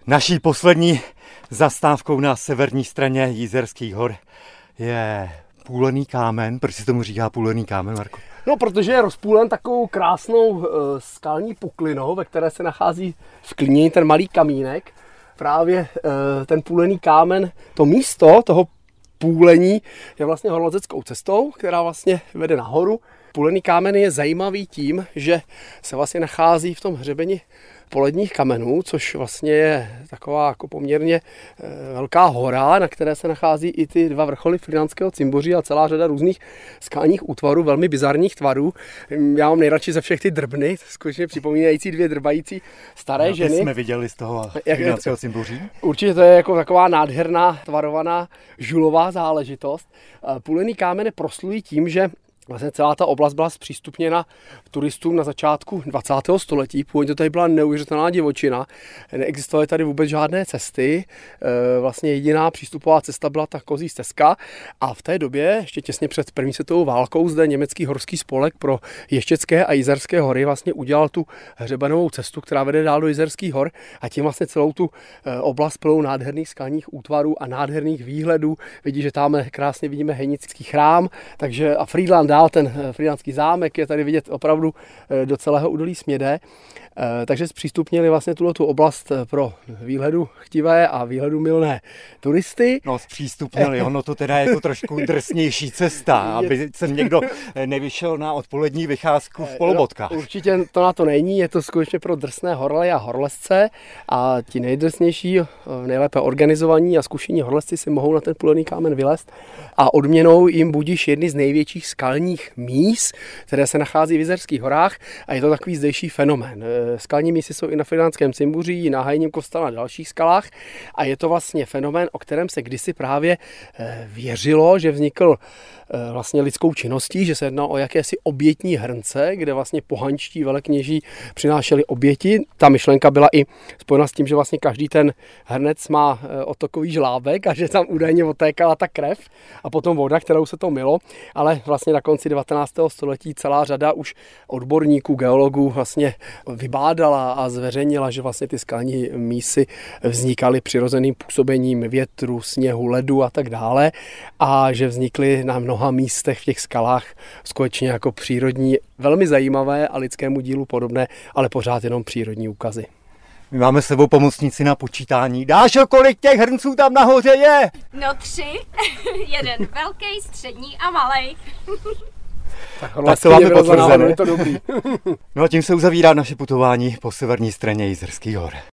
Naší poslední zastávkou na severní straně Jizerských hor je Půlený kámen. Proč se tomu říká Půlený kámen, Marku? No, protože je rozpůlen takovou krásnou skalní puklinou, ve které se nachází v klíně ten malý kamínek. Právě ten Půlený kámen, to místo toho půlení je vlastně horolezeckou cestou, která vlastně vede nahoru. Půlený kámen je zajímavý tím, že se vlastně nachází v tom hřebeni poledních kamenů, což vlastně je taková jako poměrně velká hora, na které se nachází i ty dva vrcholy Frýdlantského cimbuří a celá řada různých skalních útvarů, velmi bizarních tvarů. Já mám nejradši ze všech ty drbny, skutečně připomínající dvě drbající staré ženy. Jsme viděli z toho Frýdlantského cimbuří. Určitě to je jako taková nádherná tvarovaná žulová záležitost. Půlený kámen je proslulý tím, že vlastně celá ta oblast byla zpřístupněna turistům na začátku 20. století. Původně to tady byla neuvěřitelná divočina. Neexistovaly tady vůbec žádné cesty. Vlastně jediná přístupová cesta byla ta kozí stezka. A v té době, ještě těsně před první světovou válkou, zde německý horský spolek pro Ještědské a Jizerské hory vlastně udělal tu hřebenovou cestu, která vede dál do Jizerských hor, a tím vlastně celou tu oblast plnou nádherných skalních útvarů a nádherných výhledů. Vidí, že tam krásně vidíme Hejnický chrám, takže a Frýdlant dál, ten Frýdlantský zámek je tady vidět opravdu do celého údolí Smědé. Takže zpřístupnili vlastně tu oblast pro výhledu chtivé a výhledu milné turisty. No, zpřístupnili, ono to teda je to trošku drsnější cesta, aby se někdo nevyšel na odpolední vycházku v polobotkách. No, určitě to na to není, je to skutečně pro drsné horleje a horlezce a ti nejdrsnější, nejlépe organizovaní a zkušení horlezci si mohou na ten Půlený kámen vylézt a odměnou jim budíš jedny z největších skalních mís, které se nachází v Jizerských horách, a je to takový zdejší fenomén. Skalní mísy jsou i na Frýdlantském cimbuří, na Hajním kostele a dalších skalách a je to vlastně fenomén, o kterém se kdysi právě věřilo, že vznikl vlastně lidskou činností, že se jedná o jakési obětní hrnce, kde vlastně pohančtí velekněží přinášeli oběti. Ta myšlenka byla i spojena s tím, že vlastně každý ten hrnec má odtokový žlábek a že tam údajně odtékala ta krev a potom voda, kterou se to mylo, ale vlastně na konci 19. století celá řada už odborníků, geologů vlastně vybádala a zveřejnila, že vlastně ty skalní mísy vznikaly přirozeným působením větru, sněhu, ledu a tak dále a že vznikly na mnoha místech v těch skalách skutečně jako přírodní, velmi zajímavé a lidskému dílu podobné, ale pořád jenom přírodní úkazy. My máme s sebou pomocníci na počítání. Dášo, kolik těch hrnců tam nahoře je? No 3. Jeden velký, střední a malej. Tak to máme potvrzené. Je to dobrý. No a tím se uzavírá naše putování po severní straně Jizerských hor.